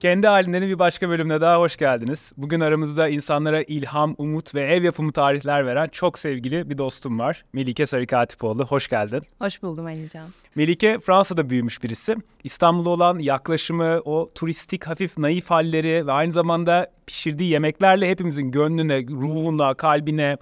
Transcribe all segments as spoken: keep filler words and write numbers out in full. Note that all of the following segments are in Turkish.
Kendi Halinde'nin bir başka bölümüne daha hoş geldiniz. Bugün aramızda insanlara ilham, umut ve ev yapımı tarihler veren çok sevgili bir dostum var. Melike Sarıkatipoğlu. Hoş geldin. Hoş buldum Alican. Melike Fransa'da büyümüş birisi. İstanbul'a olan yaklaşımı, o turistik hafif naif halleri ve aynı zamanda pişirdiği yemeklerle hepimizin gönlüne, ruhuna, kalbine,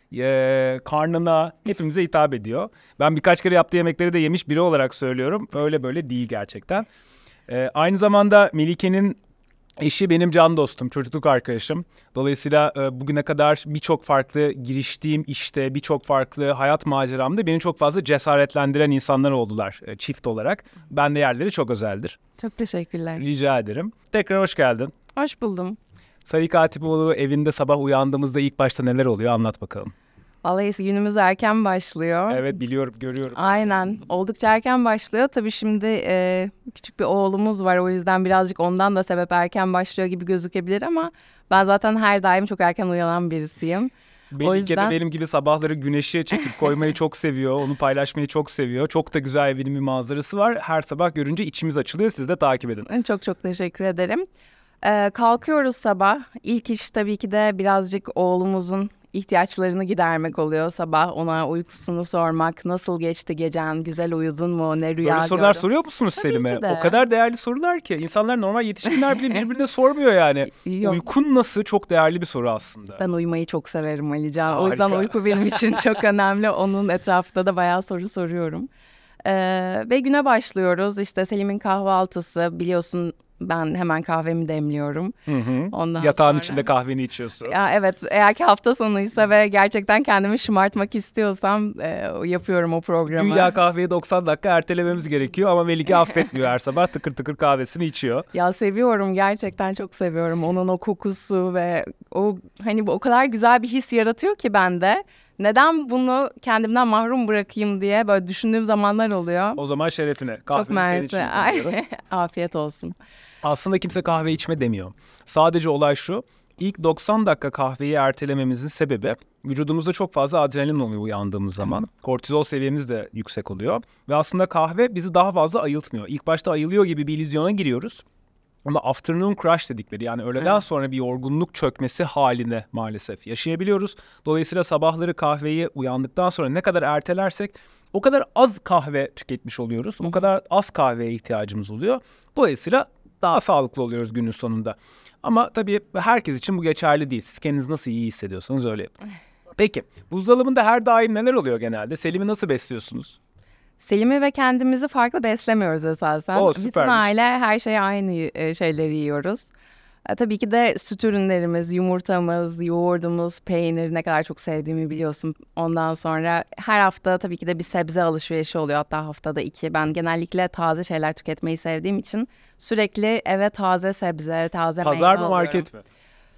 e, karnına hepimize hitap ediyor. Ben birkaç kere yaptığı yemekleri de yemiş biri olarak söylüyorum. Öyle böyle değil gerçekten. Ee, aynı zamanda Melike'nin eşi benim can dostum, çocukluk arkadaşım. Dolayısıyla e, bugüne kadar birçok farklı giriştiğim işte, birçok farklı hayat maceramda beni çok fazla cesaretlendiren insanlar oldular e, çift olarak. Ben de yerleri çok özeldir. Çok teşekkürler. Rica ederim. Tekrar hoş geldin. Hoş buldum. Sarıkatipoğlu evinde sabah uyandığımızda ilk başta neler oluyor anlat bakalım. Vallahi günümüz erken başlıyor. Evet biliyorum, görüyorum. Aynen. Oldukça erken başlıyor. Tabii şimdi e, küçük bir oğlumuz var. O yüzden birazcık ondan da sebep erken başlıyor gibi gözükebilir ama ben zaten her daim çok erken uyanan birisiyim. Melike yüzden... de benim gibi sabahları güneşe çekip koymayı çok seviyor. Onu paylaşmayı çok seviyor. Çok da güzel evinin bir manzarası var. Her sabah görünce içimiz açılıyor. Siz de takip edin. Çok çok teşekkür ederim. Ee, kalkıyoruz sabah. İlk iş tabii ki de birazcık oğlumuzun ihtiyaçlarını gidermek oluyor. Sabah ona uykusunu sormak, nasıl geçti gecen, güzel uyudun mu, ne rüya Böyle sorular gördün? soruyor musunuz Tabii Selim'e? ki de. O kadar değerli sorular ki insanlar normal yetişkinler bile birbirine sormuyor yani. Yok. Uykun nasıl çok değerli bir soru aslında. Ben uyumayı çok severim Alican. Harika. O yüzden uyku benim için çok önemli. Onun etrafında da bayağı soru soruyorum. Ee, ve güne başlıyoruz. İşte Selim'in kahvaltısı, biliyorsun ben hemen kahvemi demliyorum. Hı hı. Ondan Yatağın sonra... içinde kahveni içiyorsun. Ya evet, eğer ki hafta sonuysa ve gerçekten kendimi şımartmak istiyorsam e, yapıyorum o programı. Güya kahveyi doksan dakika ertelememiz gerekiyor ama Melike affetmiyor, her sabah tıkır tıkır kahvesini içiyor. Ya seviyorum, gerçekten çok seviyorum onun o kokusu ve o hani bu o kadar güzel bir his yaratıyor ki bende. Neden bunu kendimden mahrum bırakayım diye böyle düşündüğüm zamanlar oluyor. O zaman şerefine. Çok Kahveni senin için mersi. koyuyorum. Afiyet olsun. Aslında kimse kahve içme demiyor. Sadece olay şu. İlk doksan dakika kahveyi ertelememizin sebebi vücudumuzda çok fazla adrenalin oluyor uyandığımız zaman. Kortizol seviyemiz de yüksek oluyor. Ve aslında kahve bizi daha fazla ayıltmıyor. İlk başta ayılıyor gibi bir illüzyona giriyoruz. Ama afternoon crash dedikleri, yani öğleden evet. sonra bir yorgunluk çökmesi haline maalesef yaşayabiliyoruz. Dolayısıyla sabahları kahveyi uyandıktan sonra ne kadar ertelersek o kadar az kahve tüketmiş oluyoruz. O kadar az kahveye ihtiyacımız oluyor. Dolayısıyla daha sağlıklı oluyoruz günün sonunda. Ama tabii herkes için bu geçerli değil. Siz kendinizi nasıl iyi hissediyorsanız öyle yapın. Peki buzdolabında her daim neler oluyor genelde? Selim'i nasıl besliyorsunuz? Selim'i ve kendimizi farklı beslemiyoruz esasen. O, bütün aile her şey aynı şeyleri yiyoruz. E, tabii ki de süt ürünlerimiz, yumurtamız, yoğurdumuz, peynir ne kadar çok sevdiğimi biliyorsun. Ondan sonra her hafta tabii ki de bir sebze alışverişi oluyor, hatta haftada iki. Ben genellikle taze şeyler tüketmeyi sevdiğim için sürekli eve taze sebze, taze meyve alıyorum. Pazar mı, market mi?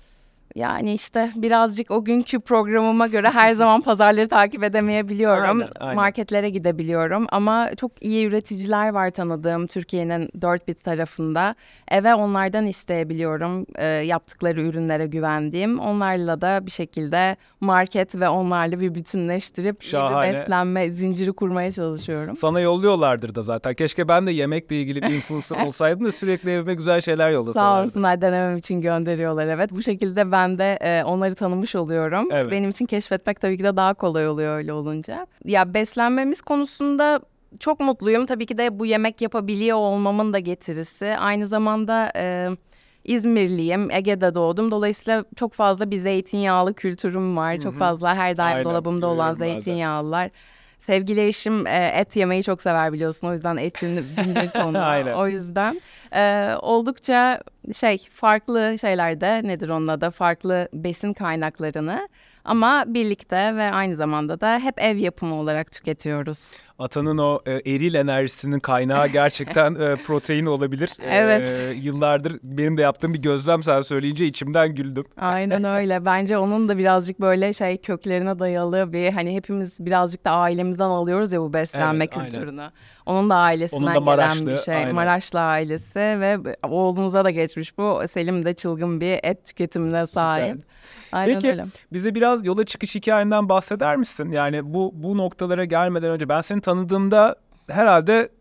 Yani işte birazcık o günkü programıma göre her zaman pazarları takip edemeyebiliyorum. Aynen, aynen. Marketlere gidebiliyorum ama çok iyi üreticiler var tanıdığım Türkiye'nin dört bir tarafında. Eve onlardan isteyebiliyorum, e, yaptıkları ürünlere güvendiğim. Onlarla da bir şekilde market ve onlarla bir bütünleştirip Şahane. bir beslenme zinciri kurmaya çalışıyorum. Sana yolluyorlardır da zaten. Keşke ben de yemekle ilgili bir influencer olsaydım da sürekli evime güzel şeyler yollasalardı. Sağ olsunlar, denemem için gönderiyorlar, evet. Bu şekilde ben de e, onları tanımış oluyorum. Evet. Benim için keşfetmek tabii ki de daha kolay oluyor öyle olunca. Ya beslenmemiz konusunda çok mutluyum. Tabii ki de bu yemek yapabiliyor olmamın da getirisi. Aynı zamanda e, İzmirliyim, Ege'de doğdum. Dolayısıyla çok fazla bir zeytinyağlı kültürüm var. Hı-hı. Çok fazla her daim Aynen, dolabımda olan zeytinyağlılar. Sevgili eşim e, et yemeyi çok sever biliyorsun. O yüzden etin bindir tonuna. O yüzden e, oldukça şey farklı şeylerde, nedir onun adı, farklı besin kaynaklarını ama birlikte ve aynı zamanda da hep ev yapımı olarak tüketiyoruz. Atanın o e, eril enerjisinin kaynağı gerçekten e, protein olabilir. Evet. E, yıllardır benim de yaptığım bir gözlem, sen söyleyince içimden güldüm. Aynen öyle. Bence onun da birazcık böyle şey köklerine dayalı bir, hani hepimiz birazcık da ailemizden alıyoruz ya bu beslenme evet, kültürünü. Aynen. Onun da ailesinden Onun da Maraşlı, gelen bir şey. Aynen. Maraşlı ailesi ve oğlumuza da geçmiş bu. Selim de çılgın bir et tüketimine sahip. Süper. Aynen Peki öyle. Bize biraz yola çıkış hikayenden bahseder misin? Yani bu bu noktalara gelmeden önce ben seni tanıdığımda herhalde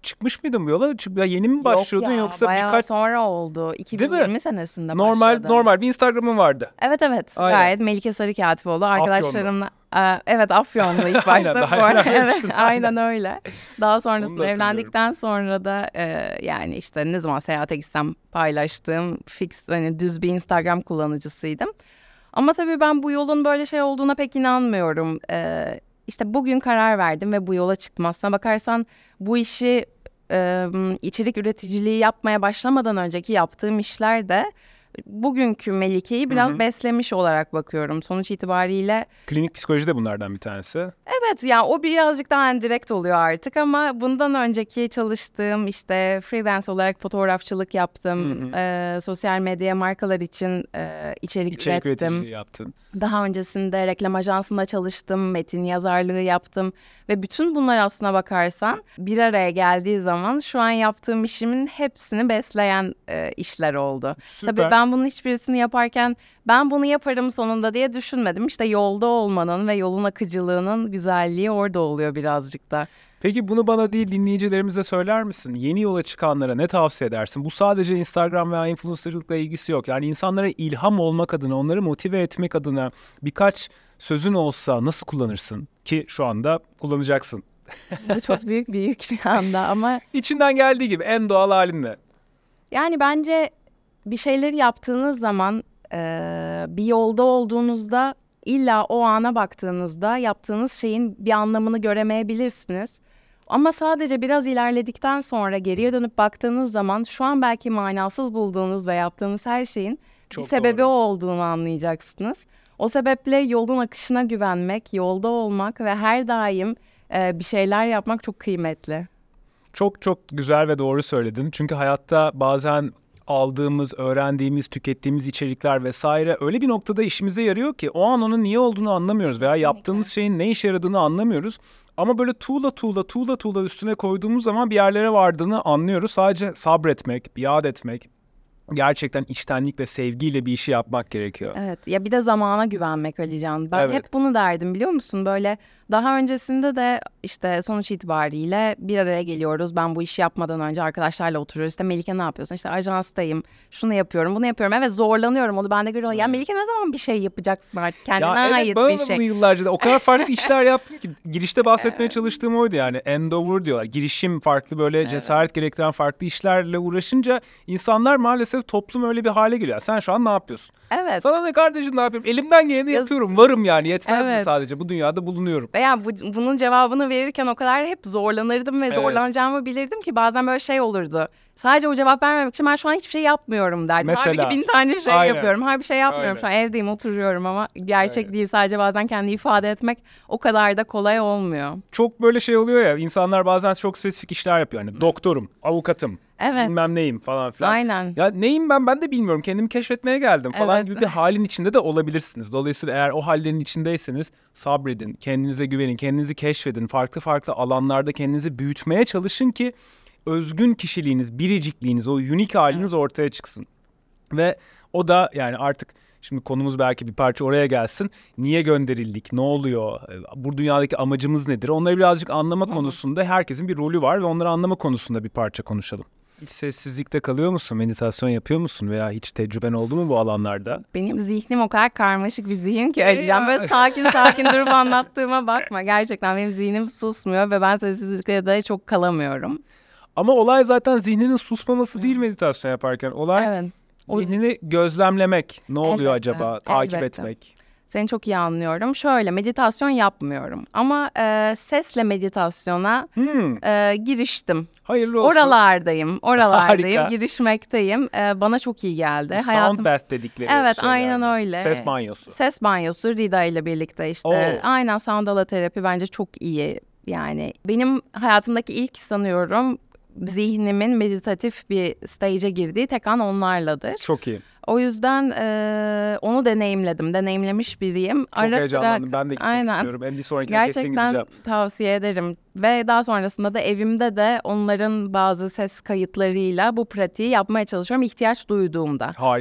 çıkmış mıydın bu yola? Çık, ya yeni mi başlıyordun Yok ya, yoksa bayağı birkaç... sonra oldu. iki bin yirmi senesinde Normal, başladım. normal bir Instagram'ın vardı. Evet evet. Aynen. Gayet Melike Sarıkatipoğlu arkadaşlarımla. Aa, evet Afyonlu ilk Aynen, başta. daha Bu arada. evlenmemiştin. Evet, aynen öyle. Daha Onu da sonrasında hatırlıyorum. evlendikten sonra da e, yani işte ne zaman seyahate gitsem paylaştığım fix hani düz bir Instagram kullanıcısıydım. Ama tabii ben bu yolun böyle şey olduğuna pek inanmıyorum. Ee, işte bugün karar verdim ve bu yola çıktım. Aslına bakarsan bu işi e, içerik üreticiliği yapmaya başlamadan önceki yaptığım işler de bugünkü Melike'yi biraz Hı hı. beslemiş olarak bakıyorum. Sonuç itibariyle Klinik psikoloji de bunlardan bir tanesi. evet yani o birazcık daha indirekt oluyor artık ama bundan önceki çalıştığım işte freelance olarak fotoğrafçılık yaptım. Hı hı. E, sosyal medya markalar için e, içerik, İçerik ürettim. üreticiliği yaptın. Daha öncesinde reklam ajansında çalıştım, metin yazarlığı yaptım ve bütün bunlar aslına bakarsan bir araya geldiği zaman şu an yaptığım işimin hepsini besleyen e, işler oldu. Süper. Tabii ben bunun hiçbirisini yaparken ben bunu yaparım sonunda diye düşünmedim. İşte yolda olmanın ve yolun akıcılığının güzelliği orada oluyor birazcık da. Peki bunu bana değil dinleyicilerimize söyler misin? Yeni yola çıkanlara ne tavsiye edersin? Bu sadece Instagram veya influencerlıkla ilgisi yok. Yani insanlara ilham olmak adına, onları motive etmek adına birkaç sözün olsa nasıl kullanırsın? Ki şu anda kullanacaksın. Bu çok büyük bir yük bir anda ama İçinden geldiği gibi en doğal halinle. yani bence bir şeyleri yaptığınız zaman e, bir yolda olduğunuzda illa o ana baktığınızda yaptığınız şeyin bir anlamını göremeyebilirsiniz. Ama sadece biraz ilerledikten sonra geriye dönüp baktığınız zaman şu an belki manasız bulduğunuz ve yaptığınız her şeyin Çok bir sebebi doğru. olduğunu anlayacaksınız. O sebeple yolun akışına güvenmek, yolda olmak ve her daim e, bir şeyler yapmak çok kıymetli. Çok çok güzel ve doğru söyledin. Çünkü hayatta bazen aldığımız, öğrendiğimiz, tükettiğimiz içerikler vesaire öyle bir noktada işimize yarıyor ki o an onun niye olduğunu anlamıyoruz veya Kesinlikle. yaptığımız şeyin ne işe yaradığını anlamıyoruz. Ama böyle tuğla tuğla tuğla tuğla üstüne koyduğumuz zaman bir yerlere vardığını anlıyoruz. Sadece sabretmek, biat etmek, gerçekten içtenlikle, sevgiyle bir işi yapmak gerekiyor. Evet ya bir de zamana güvenmek Alican. Ben Evet. hep bunu derdim biliyor musun? Böyle daha öncesinde de işte sonuç itibariyle bir araya geliyoruz. Ben bu işi yapmadan önce arkadaşlarla oturuyoruz. İşte Melike ne yapıyorsun? İşte ajanstayım. Şunu yapıyorum, bunu yapıyorum. Evet zorlanıyorum. Onu ben de görüyorum. Ya Melike ne zaman bir şey yapacaksın artık? Kendine Ya evet, ait bana bir da şey. bunu yıllarca da o kadar farklı işler yaptım ki girişte bahsetmeye çalıştığım oydu yani. Endeavor diyorlar. Girişim farklı böyle cesaret gerektiren farklı işlerle uğraşınca insanlar maalesef toplum öyle bir hale geliyor. Sen şu an ne yapıyorsun? Evet. Sana ne kardeşim ne yapıyorum? Elimden geleni Ya- yapıyorum. Varım yani. Yetmez mi Evet. sadece? Bu dünyada bulunuyorum. Veya bu, bunun cevabını verirken o kadar hep zorlanırdım ve Evet. zorlanacağımı bilirdim ki bazen böyle şey olurdu. Sadece o cevap vermemek için ben şu an hiçbir şey yapmıyorum derdim. Mesela. Halbuki bin tane şey Aynen. yapıyorum. Halbuki bir şey yapmıyorum. Aynen. Şu an evdeyim, oturuyorum ama gerçek Aynen. değil. Sadece bazen kendi ifade etmek o kadar da kolay olmuyor. Çok böyle şey oluyor ya. İnsanlar bazen çok spesifik işler yapıyor. Yani doktorum, avukatım, Evet. bilmem neyim falan filan. Aynen. Ya neyim ben ben de bilmiyorum. Kendimi keşfetmeye geldim falan Evet. gibi bir halin içinde de olabilirsiniz. Dolayısıyla eğer o hallerin içindeyseniz sabredin, kendinize güvenin, kendinizi keşfedin. Farklı farklı alanlarda kendinizi büyütmeye çalışın ki özgün kişiliğiniz, biricikliğiniz, o unique haliniz ortaya çıksın. Ve o da yani artık şimdi konumuz belki bir parça oraya gelsin. Niye gönderildik? Ne oluyor? Bu dünyadaki amacımız nedir? Onları birazcık anlama konusunda herkesin bir rolü var ve onları anlama konusunda bir parça konuşalım. Hiç sessizlikte kalıyor musun? Meditasyon yapıyor musun? Veya hiç tecrüben oldu mu bu alanlarda? Benim zihnim o kadar karmaşık bir zihin ki Alican. Böyle sakin sakin durup anlattığıma bakma. Gerçekten benim zihnim susmuyor ve ben sessizlikte de çok kalamıyorum. Ama olay zaten zihninin susmaması değil meditasyon yaparken. Olay Evet. O zihnini gözlemlemek. Ne oluyor Elbette, acaba? Takip elbette. etmek. Seni çok iyi anlıyorum. Şöyle meditasyon yapmıyorum ama e, sesle meditasyona Hmm, e, giriştim. hayırlı olsun. Oralardayım, oralardayım, Harika. girişmekteyim. E, bana çok iyi geldi. Sound bath dedikleri Evet, şeyler aynen mi? öyle. Ses banyosu. Ses banyosu Rida ile birlikte işte. Oo. Aynen Soundala terapi bence çok iyi. Yani benim hayatımdaki ilk sanıyorum zihnimin meditatif bir stage'e girdiği tek an onlarladır. Çok iyi. O yüzden e, onu deneyimledim. Deneyimlemiş biriyim. Çok heyecanlandım. Ben de gitmek Aynen. istiyorum. En bir sonrakine kesin Gerçekten gideceğim. tavsiye ederim. Ve daha sonrasında da evimde de onların bazı ses kayıtlarıyla bu pratiği yapmaya çalışıyorum ihtiyaç duyduğumda. Harika.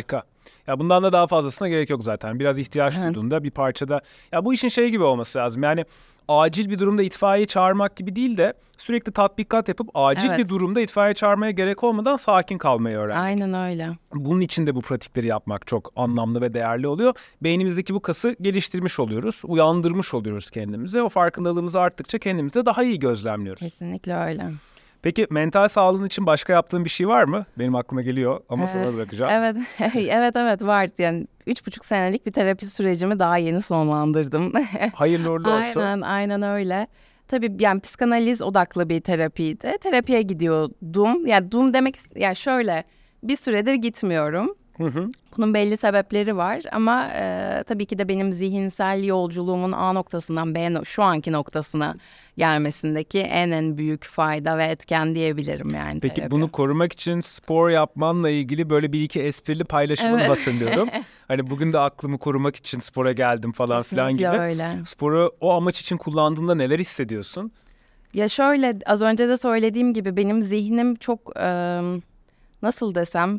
Ya bundan da daha fazlasına gerek yok zaten. Biraz ihtiyaç Evet. duyduğunda bir parçada. Ya bu işin şey gibi olması lazım. Yani acil bir durumda itfaiye çağırmak gibi değil de sürekli tatbikat yapıp acil Evet. bir durumda itfaiye çağırmaya gerek olmadan sakin kalmayı öğrenmek. Aynen öyle. Bunun için de bu pratikleri yapmak çok anlamlı ve değerli oluyor. Beynimizdeki bu kası geliştirmiş oluyoruz, uyandırmış oluyoruz kendimize. O farkındalığımız arttıkça kendimizi daha iyi gözlemliyoruz. Kesinlikle öyle. Peki mental sağlığın için başka yaptığın bir şey var mı? Benim aklıma geliyor ama Ee, sana bırakacağım. Evet, evet, evet var. Yani üç buçuk senelik bir terapi sürecimi daha yeni sonlandırdım. Hayırlı uğurlu olsun. Aynen, aynen öyle. Tabii yani psikanaliz odaklı bir terapiydi. Terapiye gidiyordum. Yani dum demek, yani şöyle bir süredir gitmiyorum. Hı hı. Bunun belli sebepleri var ama e, tabii ki de benim zihinsel yolculuğumun A noktasından B no- şu anki noktasına gelmesindeki en en büyük fayda ve etken diyebilirim yani. Peki terapi. bunu korumak için spor yapmanla ilgili böyle bir iki esprili paylaşımını Evet. hatırlıyorum. Hani bugün de aklımı korumak için spora geldim falan filan gibi. Kesinlikle öyle. Sporu o amaç için kullandığında neler hissediyorsun? Ya şöyle, az önce de söylediğim gibi benim zihnim çok e, nasıl desem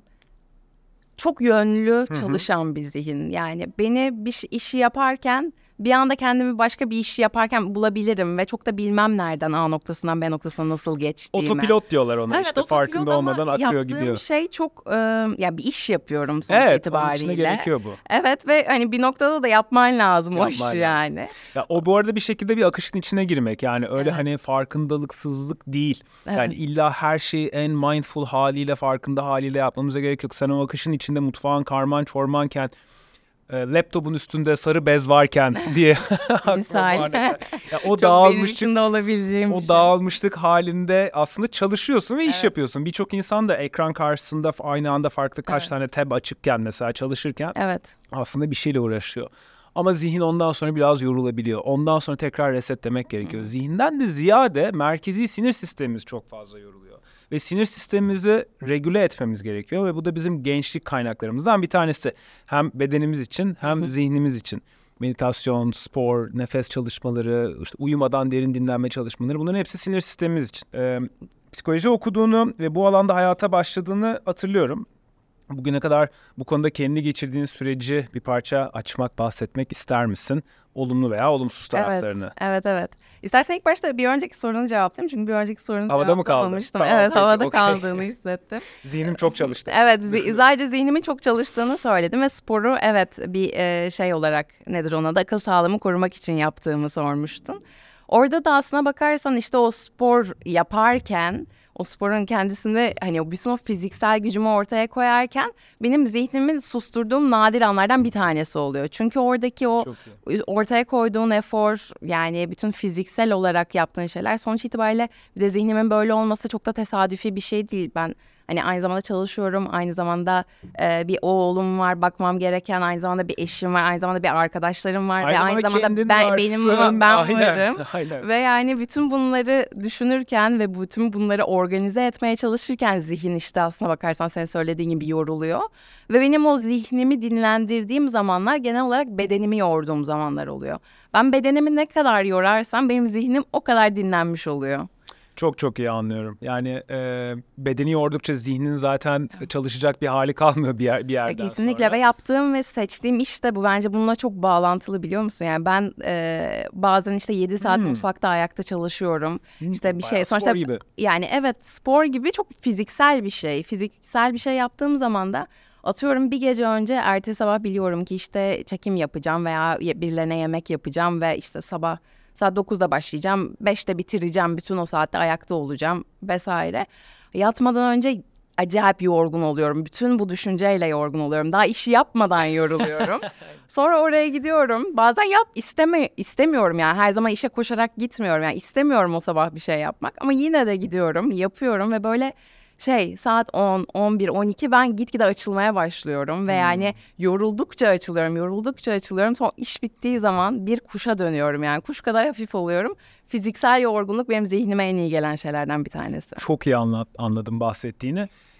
çok yönlü çalışan bir zihin. Yani beni bir ş- işi yaparken bir anda kendimi başka bir işi yaparken bulabilirim ve çok da bilmem nereden A noktasından B noktasına nasıl geçtiğimi. Otopilot diyorlar ona Evet, işte otopilot farkında ama olmadan akıyor yaptığım gidiyor. şey çok e, ya bir iş yapıyorum sonuç Evet, onun itibariyle. içine gerekiyor bu. Evet ve hani bir noktada da yapman lazım o Yapman işi lazım. yani. Ya o bu arada bir şekilde bir akışın içine girmek. Yani öyle Evet. hani farkındalıksızlık değil. Evet. Yani illa her şeyi en mindful haliyle, farkında haliyle yapmamıza gerek yok. Sen o akışın içinde mutfağın karman çormanken, e, laptopun üstünde sarı bez varken diye aklıma Misal. bu örnek var. Ya o Çok benim dağılmışlık, için de olabileceğim bir o şey. dağılmışlık halinde aslında çalışıyorsun ve iş Evet. yapıyorsun. Birçok insan da ekran karşısında aynı anda farklı kaç Evet. tane tab açıkken mesela çalışırken Evet. aslında bir şeyle uğraşıyor. Ama zihin ondan sonra biraz yorulabiliyor. Ondan sonra tekrar resetlemek gerekiyor. Zihinden de ziyade merkezi sinir sistemimiz çok fazla yoruluyor. Ve sinir sistemimizi regüle etmemiz gerekiyor. Ve bu da bizim gençlik kaynaklarımızdan bir tanesi. Hem bedenimiz için hem zihnimiz için. Meditasyon, spor, nefes çalışmaları, işte uyumadan derin dinlenme çalışmaları, bunların hepsi sinir sistemimiz için. Ee, psikoloji okuduğunu ve bu alanda hayata başladığını hatırlıyorum. Bugüne kadar bu konuda kendi geçirdiğin süreci bir parça açmak, bahsetmek ister misin? Olumlu veya olumsuz taraflarını. Evet, evet, evet. İstersen ilk başta bir önceki sorunu cevaplayayım. Çünkü bir önceki sorunu Havada mı kaldı? cevaplamamıştım. Tamam, Evet, peki, havada okey. kaldığını hissettim. Zihnim çok çalıştı. Evet, zi- sadece zihnimin çok çalıştığını söyledim ve sporu evet bir e, şey olarak nedir ona da akıl sağlığımı korumak için yaptığımı sormuştun. Orada da aslına bakarsan işte o spor yaparken o sporun kendisini hani o bütün o fiziksel gücümü ortaya koyarken benim zihnimi susturduğum nadir anlardan bir tanesi oluyor. Çünkü oradaki o Çok ortaya koyduğun efor yani bütün fiziksel olarak yaptığın şeyler sonuç itibariyle bir de zihnimin böyle olması çok da tesadüfi bir şey değil. Ben hani aynı zamanda çalışıyorum, aynı zamanda e, bir oğlum var, bakmam gereken, aynı zamanda bir eşim var, aynı zamanda bir arkadaşlarım var Aynı ve aynı zamanda zamanda kendin ben benim varsın. ben Aynen, varım. aynen. Ve yani bütün bunları düşünürken ve bütün bunları organize etmeye çalışırken zihin işte aslına bakarsan senin söylediğin gibi yoruluyor. Ve benim o zihnimi dinlendirdiğim zamanlar genel olarak bedenimi yorduğum zamanlar oluyor. Ben bedenimi ne kadar yorarsam benim zihnim o kadar dinlenmiş oluyor. Çok çok iyi anlıyorum. Yani e, bedeni yordukça zihnin zaten çalışacak bir hali kalmıyor bir, yer, bir Ya yerden kesinlikle sonra. ve yaptığım ve seçtiğim iş de bu bence bununla çok bağlantılı biliyor musun? Yani ben e, bazen işte yedi saat Hmm. mutfakta ayakta çalışıyorum. İşte bir Bayağı şey spor sonuçta gibi. yani evet spor gibi çok fiziksel bir şey. Fiziksel bir şey yaptığım zaman da atıyorum bir gece önce ertesi sabah biliyorum ki işte çekim yapacağım veya birilerine yemek yapacağım ve işte sabah saat dokuzda başlayacağım, beşte bitireceğim, bütün o saatte ayakta olacağım vesaire. Yatmadan önce acayip yorgun oluyorum. Bütün bu düşünceyle yorgun oluyorum. Daha işi yapmadan yoruluyorum. Sonra oraya gidiyorum. Bazen yap isteme istemiyorum yani. Her zaman işe koşarak gitmiyorum. Yani istemiyorum o sabah bir şey yapmak ama yine de gidiyorum, yapıyorum ve böyle şey saat on, on bir, on iki ben gitgide açılmaya başlıyorum ve yani yoruldukça açılıyorum, yoruldukça açılıyorum. Sonra iş bittiği zaman bir kuşa dönüyorum yani kuş kadar hafif oluyorum. Fiziksel yorgunluk benim zihnime en iyi gelen şeylerden bir tanesi. Çok iyi anlat, anladım bahsettiğini.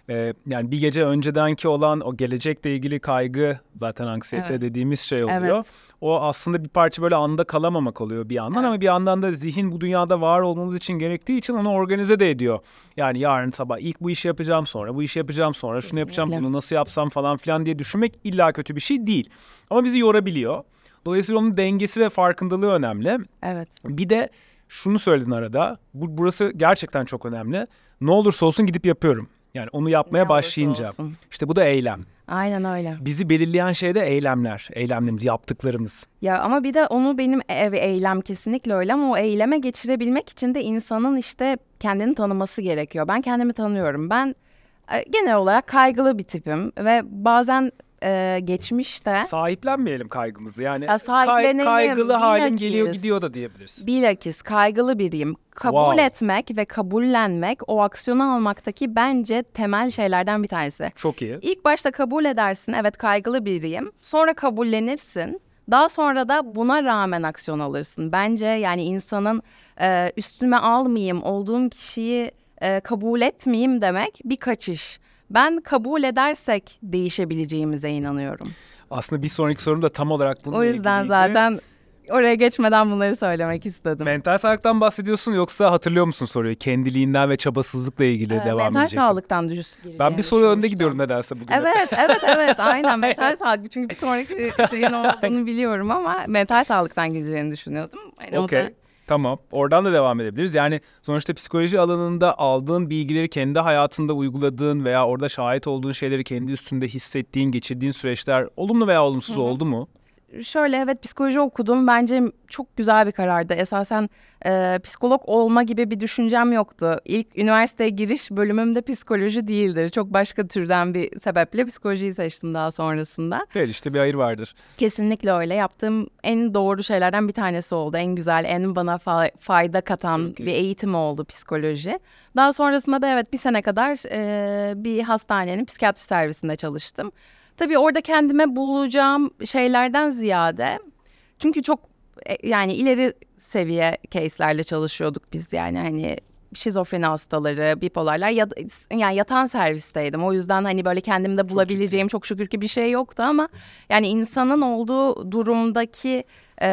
Ee, yani bir gece öncedenki olan o gelecekle ilgili kaygı, zaten anksiyete Evet. dediğimiz şey oluyor. Evet. O aslında bir parça böyle anda kalamamak oluyor bir yandan, Evet. ama bir yandan da zihin bu dünyada var olmamız için gerektiği için onu organize de ediyor. Yani yarın sabah ilk bu işi yapacağım, sonra bu işi yapacağım, sonra şunu yapacağım, Kesinlikle. bunu nasıl yapsam falan filan diye düşünmek illa kötü bir şey değil. Ama bizi yorabiliyor. Dolayısıyla onun dengesi ve farkındalığı önemli. Evet. Bir de şunu söyledin arada. Bu, burası gerçekten çok önemli. Ne olursa olsun gidip yapıyorum. Yani onu yapmaya Ne olursa başlayınca. olsun. İşte bu da eylem. Aynen öyle. Bizi belirleyen şey de eylemler. Eylemlerimiz, yaptıklarımız. Ya ama bir de onu benim ev eylem kesinlikle öyle, ama o eyleme geçirebilmek için de insanın işte kendini tanıması gerekiyor. Ben kendimi tanıyorum. Ben e, genel olarak kaygılı bir tipim ve bazen e, geçmişte Sahiplenmeyelim kaygımızı. Yani Ya sahiplenelim, kaygılı halin bilakis. geliyor gidiyor da diyebiliriz. bilakis kaygılı biriyim. Kabul Wow. etmek ve kabullenmek o aksiyonu almaktaki bence temel şeylerden bir tanesi. Çok iyi. İlk başta kabul edersin, evet kaygılı biriyim. Sonra kabullenirsin. Daha sonra da buna rağmen aksiyon alırsın. Bence yani insanın e, üstüme almayayım, olduğum kişiyi e, kabul etmeyeyim demek bir kaçış. Ben kabul edersek değişebileceğimize inanıyorum. Aslında bir sonraki sorum da tam olarak bununla O yüzden ilgiliydi. zaten oraya geçmeden bunları söylemek istedim. Mental sağlıktan bahsediyorsun, yoksa hatırlıyor musun soruyu? Kendiliğinden ve çabasızlıkla ilgili Ee, devam mental edecektim. sağlıktan düş gireceğini Ben bir soru önde düşünmüştüm. gidiyorum nedense bugün. Evet, evet, evet. Aynen mental sağlık. Çünkü bir sonraki şeyin olduğunu biliyorum ama mental sağlıktan gireceğini düşünüyordum. Yani o da- Okey. Tamam. Oradan da devam edebiliriz. Yani sonuçta psikoloji alanında aldığın bilgileri kendi hayatında uyguladığın veya orada şahit olduğun şeyleri kendi üstünde hissettiğin, geçirdiğin süreçler olumlu veya olumsuz Hı hı. oldu mu? Şöyle, evet, psikoloji okudum. Bence çok güzel bir karardı. Esasen e, psikolog olma gibi bir düşüncem yoktu. İlk üniversiteye giriş bölümüm de psikoloji değildir. Çok başka türden bir sebeple psikolojiyi seçtim daha sonrasında. Evet, işte bir hayır vardır. Kesinlikle öyle. Yaptığım en doğru şeylerden bir tanesi oldu. En güzel, en bana fa- fayda katan Çok iyi. bir eğitim oldu psikoloji. Daha sonrasında da evet bir sene kadar e, bir hastanenin psikiyatri servisinde çalıştım. Tabii orada kendime bulacağım şeylerden ziyade, çünkü çok e, yani ileri seviye case'lerle çalışıyorduk biz, yani hani şizofreni hastaları, bipolarlar, ya, yani yatan servisteydim. O yüzden hani böyle kendimde bulabileceğim çok şükür ki bir şey yoktu, ama yani insanın olduğu durumdaki e,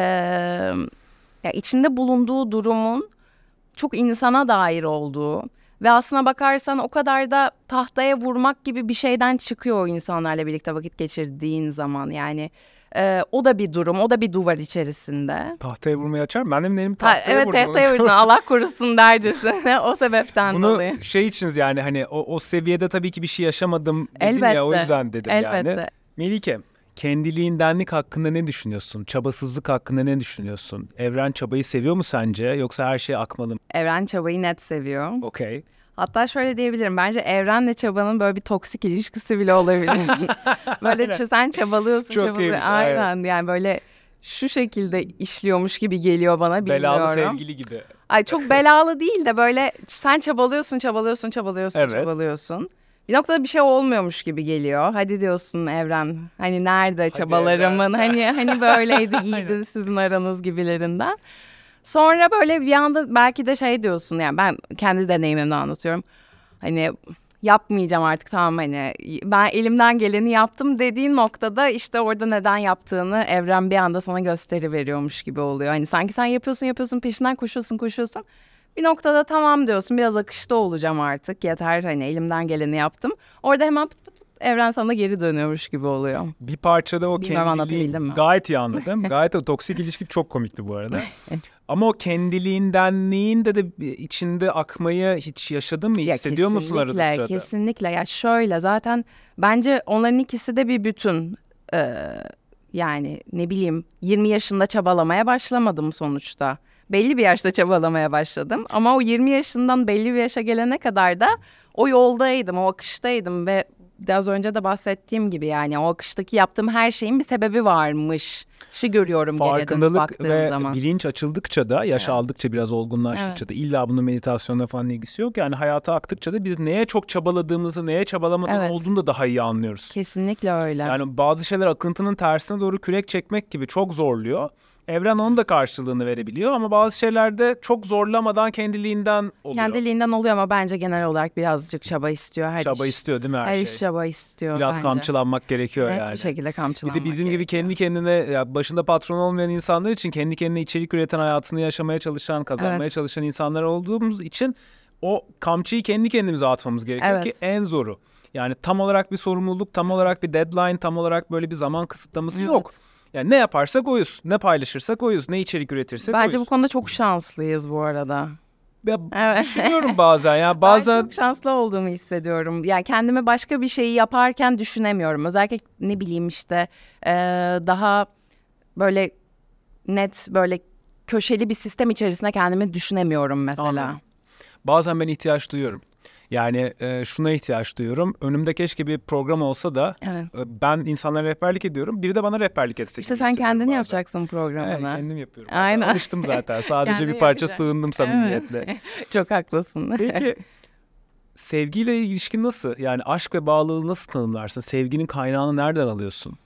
ya içinde bulunduğu durumun çok insana dair olduğu ve aslına bakarsan o kadar da tahtaya vurmak gibi bir şeyden çıkıyor o insanlarla birlikte vakit geçirdiğin zaman. Yani e, o da bir durum, o da bir duvar içerisinde. Tahtaya vurmayı açar mı? Ben de benim Ha, tahtaya evet, vurdum. tahtaya vurdun, Allah korusun dercesine o sebepten Bunu dolayı. şey için, yani hani o, o seviyede tabii ki bir şey yaşamadım dedin Elbette. ya, o yüzden dedim Elbette. yani. Melike, kendiliğindenlik hakkında ne düşünüyorsun? Çabasızlık hakkında ne düşünüyorsun? Evren çabayı seviyor mu sence, yoksa her şey akmalı mı? Evren çabayı net seviyor. Okey. Hatta şöyle diyebilirim, bence evrenle çabanın böyle bir toksik ilişkisi bile olabilir. Böyle Aynen. sen çabalıyorsun, Çok çabalıyorsun. iyiymiş, Aynen. aynen. Yani böyle şu şekilde işliyormuş gibi geliyor bana, bilmiyorum. Belalı sevgili gibi. Ay çok belalı değil de böyle sen çabalıyorsun, çabalıyorsun, çabalıyorsun, Evet. çabalıyorsun. Bir noktada bir şey olmuyormuş gibi geliyor. Hadi diyorsun evren, hani nerede çabalarımın, evren. hani hani böyleydi, iyiydi sizin aranız gibilerinden. Sonra böyle bir anda belki de şey diyorsun, yani ben kendi deneyimimden anlatıyorum. Hani yapmayacağım artık, tamam, hani ben elimden geleni yaptım dediğin noktada işte orada neden yaptığını evren bir anda sana gösteri veriyormuş gibi oluyor. Hani sanki sen yapıyorsun yapıyorsun peşinden koşuyorsun koşuyorsun. Bir noktada tamam diyorsun, biraz akışta olacağım artık, yeter, hani elimden geleni yaptım. Orada hemen pıt pıt pıt evren sana geri dönüyormuş gibi oluyor. Bir parçada o Bilmem anlatabildim kendiliğin... mi? Gayet iyi anladım. Gayet o toksik ilişki çok komikti bu arada. Ama o kendiliğindenliğin de de içinde akmayı hiç yaşadın mı? Ya Hissediyor musun arada kesinlikle, sırada? kesinlikle. Ya şöyle, zaten bence onların ikisi de bir bütün. Ee, yani ne bileyim, yirmi yaşında çabalamaya başlamadım sonuçta. Belli bir yaşta çabalamaya başladım. Ama o yirmi yaşından belli bir yaşa gelene kadar da o yoldaydım, o akıştaydım ve biraz önce de bahsettiğim gibi yani o akıştaki yaptığım her şeyin bir sebebi varmış. Şu görüyorum geriye dönüp Farkındalık baktığım ve zaman. bilinç açıldıkça da, yaş Evet. aldıkça, biraz olgunlaştıkça Evet. da, illa bunun meditasyonla falan ilgisi yok. Yani hayata aktıkça da biz neye çok çabaladığımızı, neye çabalamadan Evet. olduğunu da daha iyi anlıyoruz. Kesinlikle öyle. Yani bazı şeyler akıntının tersine doğru kürek çekmek gibi çok zorluyor. Evren onun da karşılığını verebiliyor ama bazı şeylerde çok zorlamadan kendiliğinden oluyor. Kendiliğinden oluyor ama bence genel olarak birazcık çaba istiyor her Çaba iş. istiyor değil mi her, Her şey? iş çaba istiyor Biraz bence. kamçılanmak gerekiyor Net yani. bir şekilde Bir kamçılanmak de bizim gibi gerekiyor. kendi kendine, ya başında patron olmayan insanlar için, kendi kendine içerik üreten, hayatını yaşamaya çalışan, kazanmaya Evet. çalışan insanlar olduğumuz için o kamçıyı kendi kendimize atmamız gerekiyor Evet. ki en zoru. Yani tam olarak bir sorumluluk, tam olarak bir deadline, tam olarak böyle bir zaman kısıtlaması Evet. yok. Yani ne yaparsak oyuz, ne paylaşırsak oyuz, ne içerik üretirsek Bence bu oyuz. konuda çok şanslıyız bu arada. Ya, Evet. düşünüyorum bazen ya Ben bazen çok şanslı olduğumu hissediyorum. Yani kendimi başka bir şeyi yaparken düşünemiyorum. Özellikle ne bileyim işte e, daha böyle net böyle köşeli bir sistem içerisinde kendimi düşünemiyorum mesela. Anladım. Bazen ben ihtiyaç duyuyorum. Yani e, şuna ihtiyaç duyuyorum. Önümde keşke bir program olsa da Evet. e, ben insanlara rehberlik ediyorum. Biri de bana rehberlik etse İşte gibi sen hissediyorum kendini bazen. yapacaksın programını. Evet, kendim yapıyorum. Aynen. Aynen. Alıştım zaten. Sadece Kendin bir parça yapacaksın. sığındım samimiyetle. Evet. Çok haklısın. Peki sevgiyle ilişkin nasıl? Yani aşk ve bağlılığı nasıl tanımlarsın? Sevginin kaynağını nereden alıyorsun?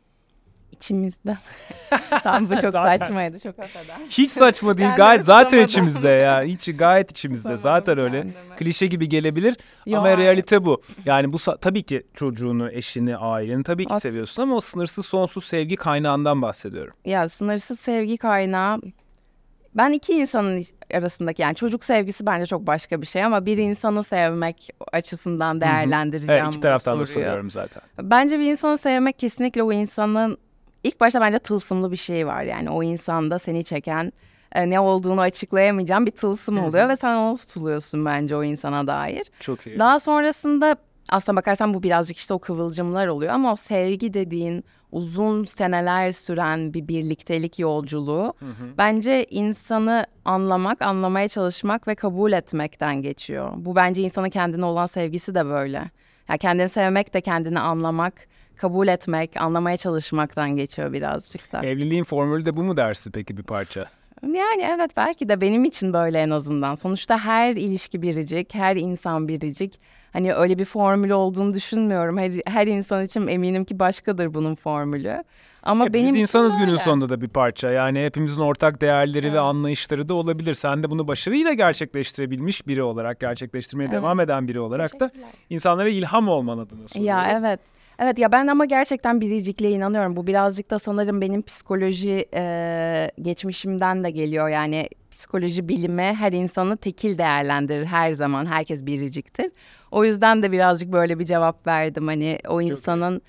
İçimizde. Tamam bu çok Zaten. saçmaydı. Çok affeder. Hiç saçma değil. Kendimi Gayet zaten tutamadım. içimizde ya. Hiç gayet içimizde. Tutamadım Zaten öyle. kendimi. Klişe gibi gelebilir Yo, ama hayır. realite bu. Yani bu sa- tabii ki çocuğunu, eşini, aileni tabii ki As- seviyorsun ama o sınırsız sonsuz sevgi kaynağından bahsediyorum. Ya sınırsız sevgi kaynağı ben iki insanın arasındaki yani çocuk sevgisi bence çok başka bir şey ama bir insanı sevmek açısından değerlendireceğim Evet, iki bu taraftan da soruyu. soruyorum zaten. Bence bir insanı sevmek kesinlikle o insanın ilk başta bence tılsımlı bir şey var. Yani o insanda seni çeken e, ne olduğunu açıklayamayacağım bir tılsım oluyor ve sen onu tutuluyorsun bence o insana dair. Çok iyi. Daha sonrasında aslına bakarsan bu birazcık işte o kıvılcımlar oluyor ama o sevgi dediğin uzun seneler süren bir birliktelik yolculuğu bence insanı anlamak, anlamaya çalışmak ve kabul etmekten geçiyor. Bu bence insanın kendine olan sevgisi de böyle. Ya kendini sevmek de kendini anlamak, kabul etmek, anlamaya çalışmaktan geçiyor birazcık da. Evliliğin formülü de bu mu dersi peki bir parça? Yani evet belki de benim için böyle en azından. Sonuçta her ilişki biricik, her insan biricik. Hani öyle bir formül olduğunu düşünmüyorum. Her, her insan için eminim ki başkadır bunun formülü. Ama Hepimiz benim insanız için günün öyle. sonunda da bir parça. Yani hepimizin ortak değerleri Evet. ve anlayışları da olabilir. Sen de bunu başarıyla gerçekleştirebilmiş biri olarak, gerçekleştirmeye Evet. devam eden biri olarak da Teşekkürler. insanlara ilham olman adına soruyorum. Ya evet. Evet ya ben ama gerçekten biricikliğe inanıyorum. Bu birazcık da sanırım benim psikoloji e, geçmişimden de geliyor. Yani psikoloji bilimi her insanı tekil değerlendirir her zaman. Herkes biriciktir. O yüzden de birazcık böyle bir cevap verdim. Hani o iyi. insanın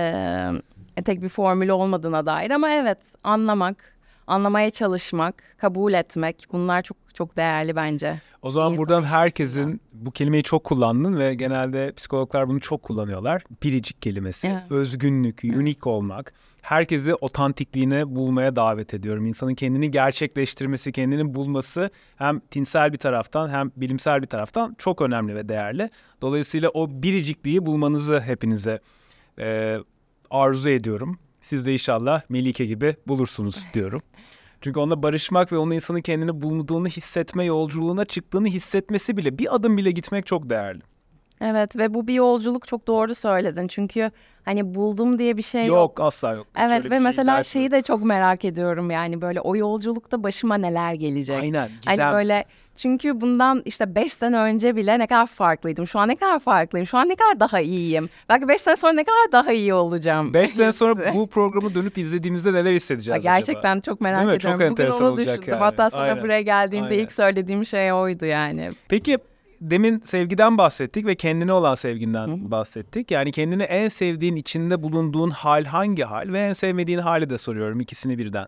e, tek bir formülü olmadığına dair. Ama evet anlamak, anlamaya çalışmak, kabul etmek bunlar çok çok değerli bence. O zaman İnsan buradan ilişkisinden. herkesin, bu kelimeyi çok kullandın ve genelde psikologlar bunu çok kullanıyorlar. Biricik kelimesi, Evet. özgünlük, unik olmak. Herkesi otantikliğine bulmaya davet ediyorum. İnsanın kendini gerçekleştirmesi, kendini bulması hem tinsel bir taraftan hem bilimsel bir taraftan çok önemli ve değerli. Dolayısıyla o biricikliği bulmanızı hepinize e, arzu ediyorum. Siz de inşallah Melike gibi bulursunuz diyorum. Çünkü onunla barışmak ve onun insanın kendini bulduğunu hissetme yolculuğuna çıktığını hissetmesi bile, bir adım bile gitmek çok değerli. Evet ve bu bir yolculuk çok doğru söyledin. Çünkü hani buldum diye bir şey yok. Yok, asla yok. Evet Şöyle ve bir şey mesela iddia şeyi etmiyorum. de çok merak ediyorum yani böyle o yolculukta başıma neler gelecek. Aynen, Hani gizem. böyle çünkü bundan işte beş sene önce bile ne kadar farklıydım. Şu an ne kadar farklıyım. Şu an ne kadar daha iyiyim. Belki beş sene sonra ne kadar daha iyi olacağım. Beş sene hissi. sonra bu programı dönüp izlediğimizde neler hissedeceğiz Aa, Gerçekten acaba? çok merak Değil mi? ediyorum. Çok Bugün enteresan onu olacak düşündüm. yani. Hatta sana Aynen. buraya geldiğimde Aynen. ilk söylediğim şey oydu yani. Peki demin sevgiden bahsettik ve kendine olan sevginden bahsettik. Yani kendini en sevdiğin, içinde bulunduğun hal hangi hal ve en sevmediğin hali de soruyorum, ikisini birden.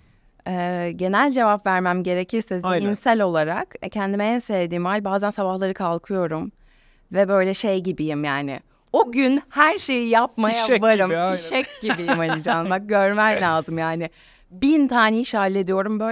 Ee, genel cevap vermem gerekirse Aynen. zihinsel olarak e, kendime en sevdiğim hal bazen sabahları kalkıyorum ve böyle şey gibiyim yani. O gün her şeyi yapmaya Fişek varım. gibi, aynen. Fişek gibiyim Ali Can. Bak görmen lazım yani. Bin tane iş hallediyorum böyle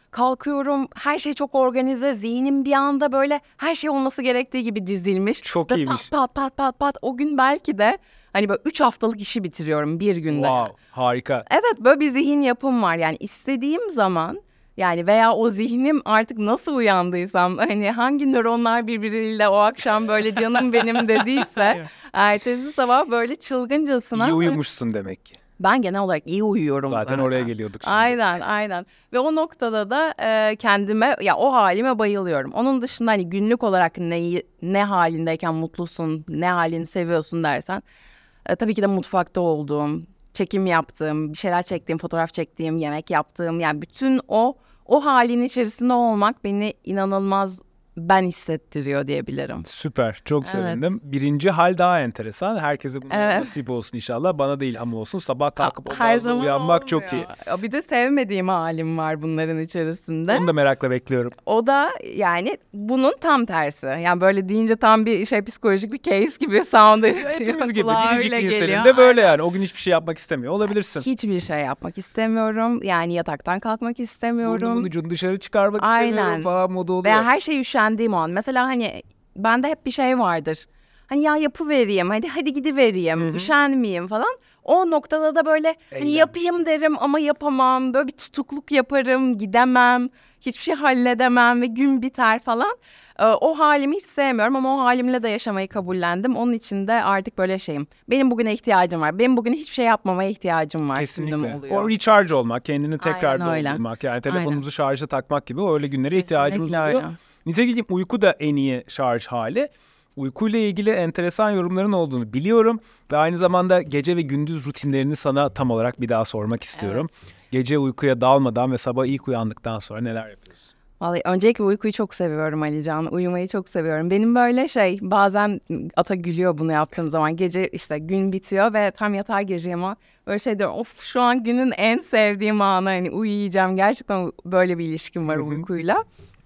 kalkıyorum, her şey çok organize, zihnim bir anda böyle her şey olması gerektiği gibi dizilmiş. Çok Ve iyiymiş. pat pat pat pat pat o gün belki de hani böyle üç haftalık işi bitiriyorum bir günde. Wow, harika. Evet, böyle bir zihin yapım var yani istediğim zaman yani veya o zihnim artık nasıl uyandıysam hani hangi nöronlar birbiriyle o akşam böyle canım benim dediyse ertesi sabah böyle çılgıncasına. İyi uyumuşsun demek ki. Ben genel olarak iyi uyuyorum zaten. Zaten oraya geliyorduk şimdi. Aynen aynen ve o noktada da e, kendime ya o halime bayılıyorum. Onun dışında hani günlük olarak neyi, ne halindeyken mutlusun, ne halini seviyorsun dersen e, tabii ki de mutfakta olduğum, çekim yaptığım, bir şeyler çektiğim, fotoğraf çektiğim, yemek yaptığım yani bütün o o halin içerisinde olmak beni inanılmaz ben hissettiriyor diyebilirim. Süper. Çok Evet. sevindim. Birinci hal daha enteresan. Herkese bunun Evet. nasip olsun inşallah. Bana da ilham olsun. Sabah kalkıp Her ondan zaman uyanmak çok iyi. olmuyor. Bir de sevmediğim halim var bunların içerisinde. Onu da merakla bekliyorum. O da yani bunun tam tersi. Yani böyle deyince tam bir şey psikolojik bir case gibi sound ediyor. Hepimiz gibi. Kulağa Biricik öyle insanın geliyor. de böyle Aynen. yani. O gün hiçbir şey yapmak istemiyor. Olabilirsin. Hiçbir şey yapmak istemiyorum. Yani yataktan kalkmak istemiyorum. Burnumun ucunu dışarı çıkarmak Aynen. istemiyorum falan modu oluyor. Veya her şey üşendiğim o an. Mesela hani bende hep bir şey vardır. Hani ya yapıvereyim, hadi hadi gidivereyim, üşenmeyeyim falan. O noktada da böyle hani Eylem. yapayım derim ama yapamam. Böyle bir tutukluk yaparım, gidemem, hiçbir şey halledemem ve gün biter falan. Ee, o halimi hiç sevmiyorum ama o halimle de yaşamayı kabullendim. Onun için de artık böyle şeyim. Benim bugüne ihtiyacım var. Benim bugün hiçbir şey yapmamaya ihtiyacım var. Kesinlikle. Oluyor. O recharge olmak, kendini tekrar Aynen öyle. doldurmak. Yani telefonumuzu şarja takmak gibi öyle günlere ihtiyacımız Kesinlikle oluyor. öyle. Nitekim uyku da en iyi şarj hali. Uykuyla ilgili enteresan yorumların olduğunu biliyorum. Ve aynı zamanda gece ve gündüz rutinlerini sana tam olarak bir daha sormak istiyorum. Gece uykuya dalmadan ve sabah ilk uyandıktan sonra neler yapıyorsun? Vallahi öncelikle uykuyu çok seviyorum Alican. Uyumayı çok seviyorum. Benim böyle şey bazen ata gülüyor bunu yaptığım zaman. Gece işte gün bitiyor ve tam yatağa gireceğim ama böyle şey diyorum. Of şu an günün en sevdiğim anı hani uyuyacağım. Gerçekten böyle bir ilişkim var uykuyla.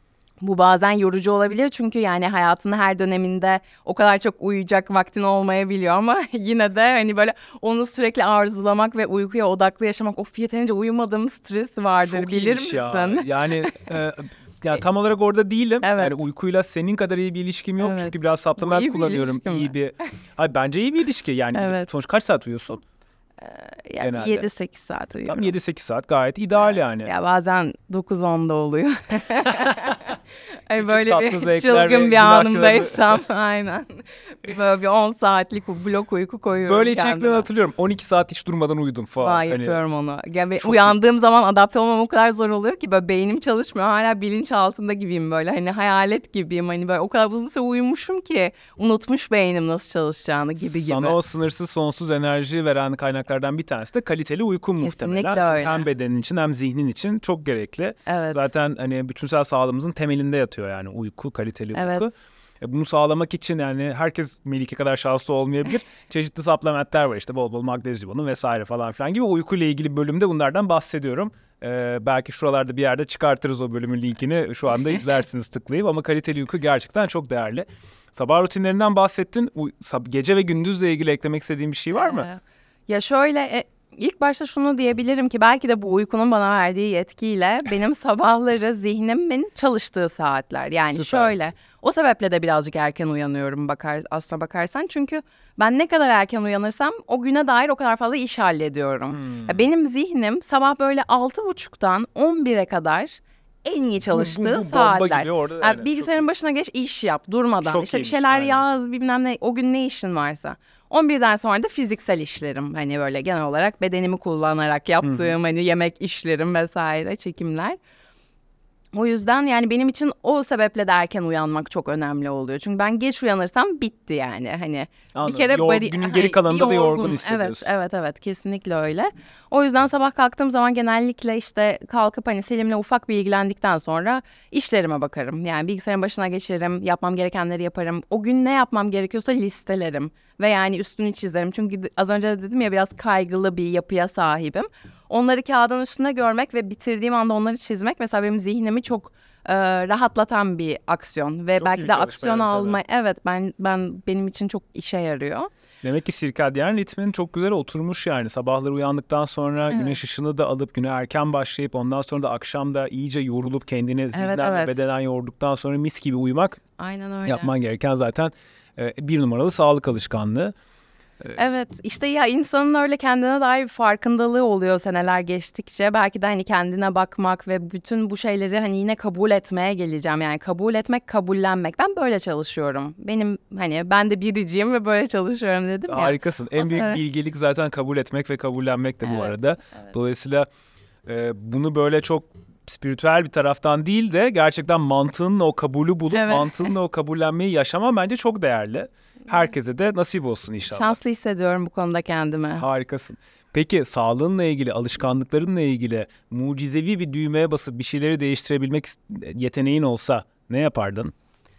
Bu bazen yorucu olabiliyor çünkü yani hayatının her döneminde o kadar çok uyuyacak vaktin olmayabiliyor ama yine de hani böyle onu sürekli arzulamak ve uykuya odaklı yaşamak of yeterince uyumadığım stresi vardır Çok bilir iyiymiş misin? ya. Yani e, ya tam olarak orada değilim. Evet. Yani uykuyla senin kadar iyi bir ilişkim yok. Evet. Çünkü biraz Bu supplement iyi bir kullanıyorum. ilişki mi? İyi bir. Ay bence iyi bir ilişki. Yani Evet. sonuç kaç saat uyuyorsun? Yani Genelde. yedi sekiz saat uyuyorum. Tam yedi sekiz saat gayet ideal yani. Ya bazen dokuz onda oluyor. Ay böyle tatlı bir zevkler ve çılgın bir günahkarı- anımdaysam aynen. Böyle bir on saatlik blok uyku koyuyorum Böyle içeriklerini kendime. hatırlıyorum. on iki saat hiç durmadan uyudum falan. Vay, Hani yapıyorum onu. Yani ben çok uyandığım zaman adapte olmam o kadar zor oluyor ki böyle beynim çalışmıyor. Hala bilinç altında gibiyim böyle. Hani hayalet gibiyim. Hani böyle o kadar uzun süre uyumuşum ki unutmuş beynim nasıl çalışacağını gibi gibi. sana o sınırsız sonsuz enerji veren kaynaklardan bir tanesi de kaliteli uyku muhtemelen. Kesinlikle Çünkü öyle. hem bedenin için hem zihnin için çok gerekli. Evet. Zaten hani bütünsel sağlığımızın temelinde yatıyor yani uyku, kaliteli Evet. uyku. E, Bunu sağlamak için yani herkes Melike kadar şanslı olmayabilir. Çeşitli supplementler var işte bol bol magnezyumunun vesaire falan filan gibi. Uykuyla ilgili bölümde bunlardan bahsediyorum. Ee, belki şuralarda bir yerde çıkartırız o bölümün linkini. Şu anda izlersiniz tıklayıp ama kaliteli uyku gerçekten çok değerli. Sabah rutinlerinden bahsettin. Uy- sab- Gece ve gündüzle ilgili eklemek istediğin bir şey var mı? Ee, Ya şöyle e, ilk başta şunu diyebilirim ki belki de bu uykunun bana verdiği yetkiyle benim sabahları zihnimin çalıştığı saatler. Yani Süper. şöyle o sebeple de birazcık erken uyanıyorum bakar, aslına bakarsan. Çünkü ben ne kadar erken uyanırsam o güne dair o kadar fazla iş hallediyorum. Hmm. Ya benim zihnim sabah böyle altı buçuktan on bire kadar en iyi çalıştığı Bu- bu- bu bomba saatler. gibi orada, Yani aynen, çok bilgisayarın iyi. başına geç iş yap durmadan. Çok işte bir iyiymiş, şeyler aynen. yaz bilmem ne o gün ne işin varsa. on birden sonra da fiziksel işlerim hani böyle genel olarak bedenimi kullanarak yaptığım hani yemek işlerim vesaire çekimler. O yüzden yani benim için o sebeple de erken uyanmak çok önemli oluyor. Çünkü ben geç uyanırsam bitti yani hani Anladım. bir kere Yor- bari- günün geri kalanında da yorgun Evet hissediyorsun. evet evet kesinlikle öyle. O yüzden sabah kalktığım zaman genellikle işte kalkıp hani Selim'le ufak bir ilgilendikten sonra işlerime bakarım. Yani bilgisayarın başına geçerim, yapmam gerekenleri yaparım. O gün ne yapmam gerekiyorsa listelerim ve yani üstünü çizerim. Çünkü az önce de dedim ya biraz kaygılı bir yapıya sahibim. Onları kağıdın üstünde görmek ve bitirdiğim anda onları çizmek mesela benim zihnimi çok e, rahatlatan bir aksiyon ve Çok iyi belki bir de çalışma aksiyon yöntemi. alma evet ben ben benim için çok işe yarıyor. Demek ki sirkadyen ritmin çok güzel oturmuş yani. Sabahları uyandıktan sonra Evet. güneş ışını da alıp güne erken başlayıp ondan sonra da akşam da iyice yorulup kendini zihnen ve evet. bedenen yorduktan sonra mis gibi uyumak Aynen öyle. yapman gereken zaten e, bir numaralı sağlık alışkanlığı. Evet, işte ya insanın öyle kendine dair bir farkındalığı oluyor seneler geçtikçe. Belki de hani kendine bakmak ve bütün bu şeyleri hani yine kabul etmeye geleceğim. Yani kabul etmek, kabullenmek. Ben böyle çalışıyorum. Benim hani ben de biriciyim ve böyle çalışıyorum dedim ya. Harikasın. En O- büyük evet. bilgelik zaten kabul etmek ve kabullenmek de bu Evet, arada. evet. Dolayısıyla e, bunu böyle çok spiritüel bir taraftan değil de gerçekten mantığınla o kabulü bulup Evet. mantığınla o kabullenmeyi yaşama bence çok değerli. Herkese de nasip olsun inşallah. Şanslı hissediyorum bu konuda kendimi. Harikasın. Peki sağlığınla ilgili, alışkanlıklarınla ilgili mucizevi bir düğmeye basıp bir şeyleri değiştirebilmek yeteneğin olsa ne yapardın?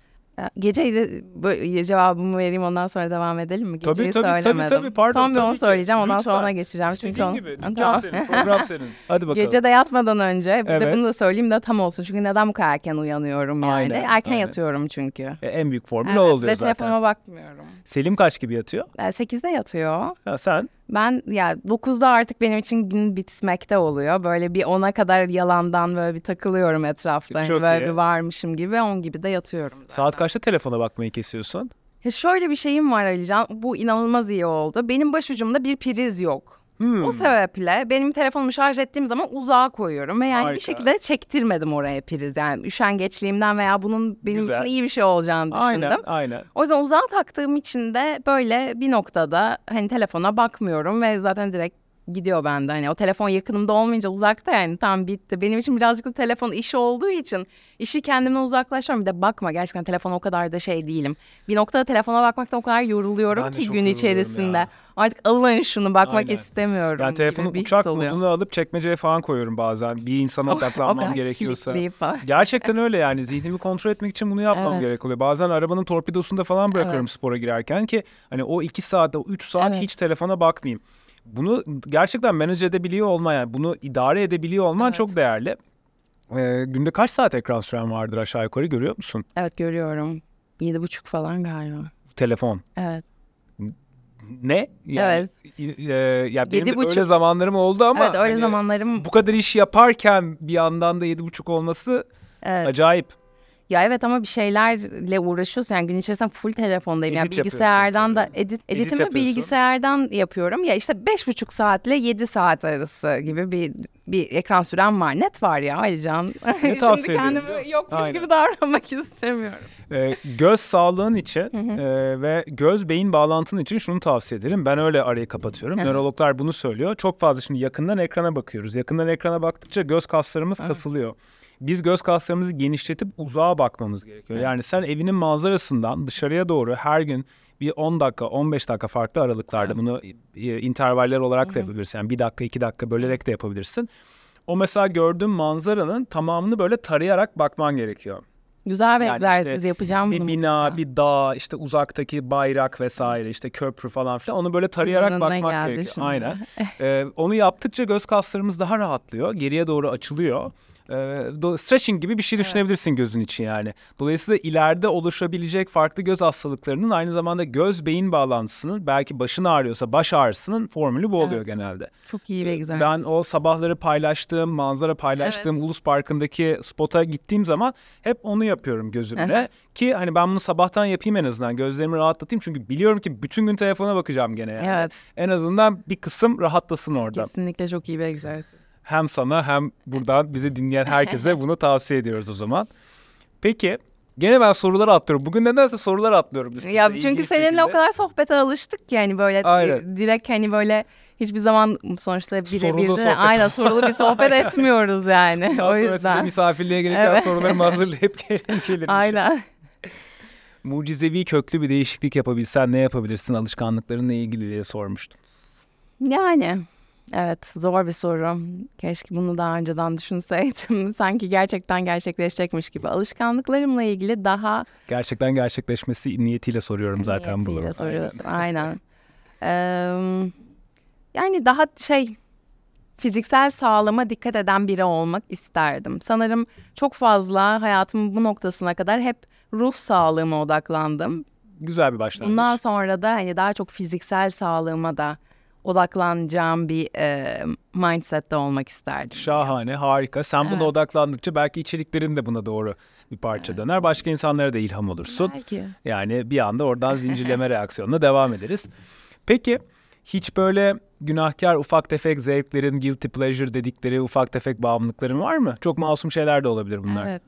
Gece böyle cevabımı vereyim ondan sonra devam edelim mi? Tabii, Geceyi tabii, tabii, söylemedim. tabii, pardon, Son bir tabii onu ki. söyleyeceğim ondan Lütfen. sonra ona geçeceğim. İstediğin Çünkü onu- gibi. Dükkan Tamam. senin, program senin. Hadi bakalım. Gece de yatmadan önce bir Evet. de bunu da söyleyeyim de tam olsun. Çünkü neden bu kadar erken uyanıyorum yani? Aynen, Erken aynen. yatıyorum çünkü. E, en büyük formül Evet, o oluyor ve zaten. telefonuma bakmıyorum. Selim kaç gibi yatıyor? E, sekizde yatıyor. Ha, sen? Ben ya dokuzda artık benim için gün bitmekte oluyor. Böyle bir ona kadar yalandan böyle bir takılıyorum etrafta. Hani Çok böyle iyi. bir varmışım gibi on gibi de yatıyorum zaten. Saat kaçta telefona bakmayı kesiyorsun? Ya şöyle bir şeyim var Alican. Bu inanılmaz iyi oldu. Benim başucumda bir priz yok. Hmm. O sebeple benim telefonumu şarj ettiğim zaman uzağa koyuyorum ve yani Harika. bir şekilde çektirmedim oraya priz. Yani üşengeçliğimden veya bunun benim Güzel. için iyi bir şey olacağını düşündüm. Aynen, aynen. O yüzden uzağa taktığım için de böyle bir noktada hani telefona bakmıyorum ve zaten direkt gidiyor bende. Hani o telefon yakınımda olmayınca uzakta yani tam bitti. Benim için birazcık da telefon işi olduğu için işi kendimden uzaklaşıyorum. Bir de bakma gerçekten telefona o kadar da şey değilim. Bir noktada telefona bakmaktan o kadar yoruluyorum Ben de ki çok gün yoruluyorum içerisinde. ya. Artık alın şunu bakmak Aynen. istemiyorum Yani gibi telefonu bir uçak his oluyor. moduna alıp çekmeceye falan koyuyorum bazen. Bir insana O- o odaklanmam kadar gerekiyorsa. kilitleyip falan. Gerçekten öyle yani. Zihnimi kontrol etmek için bunu yapmam Evet. gerek oluyor. Bazen arabanın torpidosunda falan bırakıyorum Evet. spora girerken ki hani o iki saat, o üç saat Evet. hiç telefona bakmayayım. Bunu gerçekten manage edebiliyor olman, yani bunu idare edebiliyor olman Evet. çok değerli. Ee, günde kaç saat ekran süren vardır aşağı yukarı, görüyor musun? Evet görüyorum. Yedi buçuk falan galiba. Telefon. Evet. Ne? Yani, Evet. e, ya benim Yedi de buçuk. öyle zamanlarım oldu ama evet öyle hani zamanlarım. bu kadar iş yaparken bir yandan da yedi buçuk olması Evet. acayip. Ya evet ama bir şeylerle uğraşıyorsun. Yani gün içerisinde full telefondayım. Yani Edit yapıyorsun bilgisayardan da tabii. edit, Edit editimi yapıyorsun. bilgisayardan yapıyorum. Ya işte beş buçuk saatle yedi saat arası gibi bir bir ekran sürem var. Net var ya Alican. Ne Şimdi tavsiye ederim biliyor kendimi musun? yokmuş Aynen. gibi davranmak istemiyorum. Ee, göz sağlığın için e, ve göz beyin bağlantın için şunu tavsiye ederim. Ben öyle arayı kapatıyorum. Evet. Nörologlar bunu söylüyor. Çok fazla şimdi yakından ekrana bakıyoruz. Yakından ekrana baktıkça göz kaslarımız kasılıyor. Biz göz kaslarımızı genişletip uzağa bakmamız gerekiyor. Yani sen evinin manzarasından dışarıya doğru her gün bir on dakika, on beş dakika farklı aralıklarda bunu e, intervaller olarak da yapabilirsin. Yani bir dakika, iki dakika bölerek de yapabilirsin. O mesela gördüğün manzaranın tamamını böyle tarayarak bakman gerekiyor. Güzel bir Yani egzersiz işte yapacağım bunu. Bir bina, mutlaka. bir dağ, işte uzaktaki bayrak vesaire, işte köprü falan filan. Onu böyle tarayarak Gözümün önüne bakmak geldi gerekiyor. şimdi. Aynen. Ee, onu yaptıkça göz kaslarımız daha rahatlıyor. Geriye doğru açılıyor. Ee, do- stretching gibi bir şey düşünebilirsin gözün için yani. Dolayısıyla ileride oluşabilecek farklı göz hastalıklarının aynı zamanda göz beyin bağlantısının, belki başın ağrıyorsa baş ağrısının formülü bu oluyor Evet. genelde. Çok iyi bir egzersiz. Ben o sabahları paylaştığım, manzara paylaştığım Ulus Parkı'ndaki spota gittiğim zaman hep onu yapıyorum gözümle. Aha. Ki hani ben bunu sabahtan yapayım en azından, gözlerimi rahatlatayım. Çünkü biliyorum ki bütün gün telefona bakacağım gene yani. Evet. En azından bir kısım rahatlasın orada. Kesinlikle çok iyi bir egzersiz. Hem sana hem buradan bizi dinleyen herkese bunu tavsiye ediyoruz o zaman. Peki gene ben soruları atlıyorum. Bugün nedense soruları atlıyorum. üst üste, Ya çünkü ilginç seninle şekilde. o kadar sohbete alıştık ki hani böyle Aynen. e, direkt hani böyle hiçbir zaman sonuçta Sorulu birebir de sohbet. aynen sorulu bir sohbet Aynen. etmiyoruz yani. Daha o sonra size yüzden. misafirliğe gelirken Evet. sorularımı hazırlayıp gelin gelirim. Aynen. Mucizevi köklü bir değişiklik yapabilsen ne yapabilirsin alışkanlıklarınla ilgili diye sormuştum. Yani evet zor bir soru. Keşke bunu daha önceden düşünseydim. Sanki gerçekten gerçekleşecekmiş gibi. Alışkanlıklarımla ilgili daha Gerçekten gerçekleşmesi niyetiyle soruyorum zaten bunu. niyetiyle soruyorsun. Aynen. Ee, yani daha şey fiziksel sağlığıma dikkat eden biri olmak isterdim. Sanırım çok fazla hayatımın bu noktasına kadar hep ruh sağlığıma odaklandım. Güzel bir başlangıç. Bundan sonra da hani daha çok fiziksel sağlığıma da odaklanacağım bir e, mindsette olmak isterdim. Şahane, harika. Sen buna Evet. odaklandıkça belki içeriklerin de buna doğru bir parça Evet. döner. Başka insanlara da ilham olursun. Belki. Yani bir anda oradan zincirleme reaksiyonuna devam ederiz. Peki hiç böyle günahkar ufak tefek zevklerin, guilty pleasure dedikleri ufak tefek bağımlılıkların var mı? Çok masum şeyler de olabilir bunlar. Evet.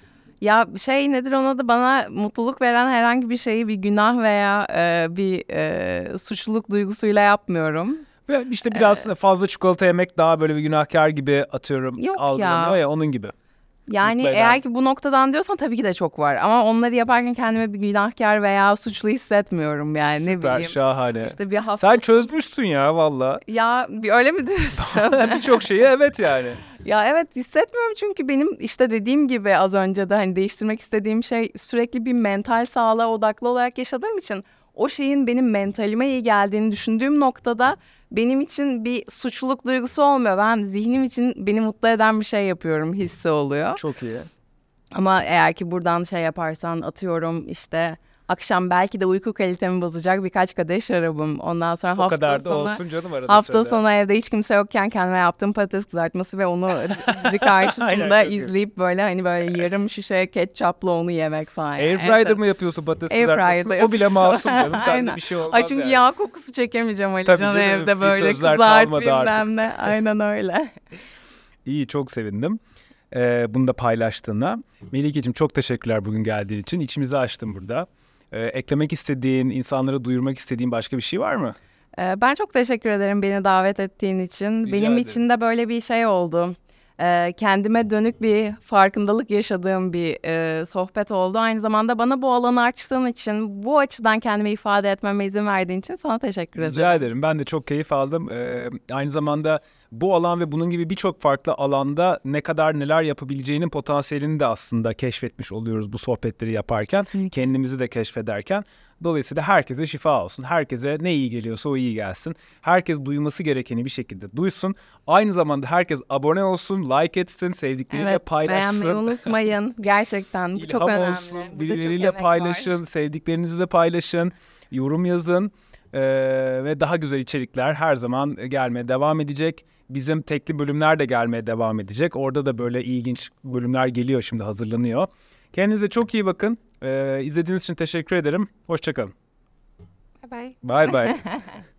Ya şey nedir ona da bana mutluluk veren herhangi bir şeyi bir günah veya e, bir e, suçluluk duygusuyla yapmıyorum. Ve işte biraz fazla çikolata yemek daha böyle bir günahkar gibi atıyorum Yok algılanıyor ya. ya onun gibi. Yani Mutlu eden. eğer ki bu noktadan diyorsan tabii ki de çok var. Ama onları yaparken kendime bir günahkar veya suçlu hissetmiyorum yani ne Süper, bileyim. şahane. İşte bir hafta... Sen çözmüşsün ya valla. Ya bir öyle mi diyorsun? Birçok şeyi evet yani. Ya evet hissetmiyorum çünkü benim işte dediğim gibi az önce de hani değiştirmek istediğim şey sürekli bir mental sağlığa odaklı olarak yaşadığım için o şeyin benim mentalime iyi geldiğini düşündüğüm noktada benim için bir suçluluk duygusu olmuyor. Ben zihnim için beni mutlu eden bir şey yapıyorum hissi oluyor. Çok iyi. Ama eğer ki buradan şey yaparsan atıyorum işte akşam belki de uyku kalitemi bozacak birkaç kadeh şarabım. Ondan sonra O hafta kadar da sonu olsun canım arada hafta sırada. sonu evde hiç kimse yokken kendime yaptığım patates kızartması ve onu dizi karşısında Aynen, çok iyi. izleyip böyle hani böyle yarım şişe ketçapla onu yemek falan. Yani. Airfryer'da Evet. mı yapıyorsun patates Airfryer'da kızartmasını? O bile masum canım. Sende Aynen. bir şey olmaz Ay çünkü yani. yağ kokusu çekemeyeceğim Tabii Alican canım, evde böyle fritözler kızart kalmadı artık. bilmem ne. Aynen öyle. İyi, çok sevindim. Ee, bunu da paylaştığına. Melike'cim çok teşekkürler bugün geldiğin için. İçimizi açtın burada. Ee, eklemek istediğin, insanlara duyurmak istediğin başka bir şey var mı? Ee, Ben çok teşekkür ederim beni davet ettiğin için. Rica Benim ederim. için de böyle bir şey oldu. Ee, kendime dönük bir farkındalık yaşadığım bir e, sohbet oldu. Aynı zamanda bana bu alanı açtığın için, bu açıdan kendimi ifade etmeme izin verdiğin için sana teşekkür ederim. Rica ederim. Ben de çok keyif aldım. Ee, aynı zamanda bu alan ve bunun gibi birçok farklı alanda ne kadar neler yapabileceğinin potansiyelini de aslında keşfetmiş oluyoruz bu sohbetleri yaparken. Kesinlikle. Kendimizi de keşfederken. Dolayısıyla herkese şifa olsun. Herkese ne iyi geliyorsa o iyi gelsin. Herkes duyması gerekeni bir şekilde duysun. Aynı zamanda herkes abone olsun, like etsin, sevdikleriyle Evet, paylaşsın. beğenmeyi unutmayın. Gerçekten bu çok İlham önemli. olsun, Burada çok birileriyle emek paylaşın, var. sevdiklerinizle paylaşın, yorum yazın ee, ve daha güzel içerikler her zaman gelmeye devam edecek. Bizim tekli bölümler de gelmeye devam edecek. Orada da böyle ilginç bölümler geliyor şimdi, hazırlanıyor. Kendinize çok iyi bakın. Ee, izlediğiniz için teşekkür ederim. Hoşça kalın. Bye bye. Bye bye.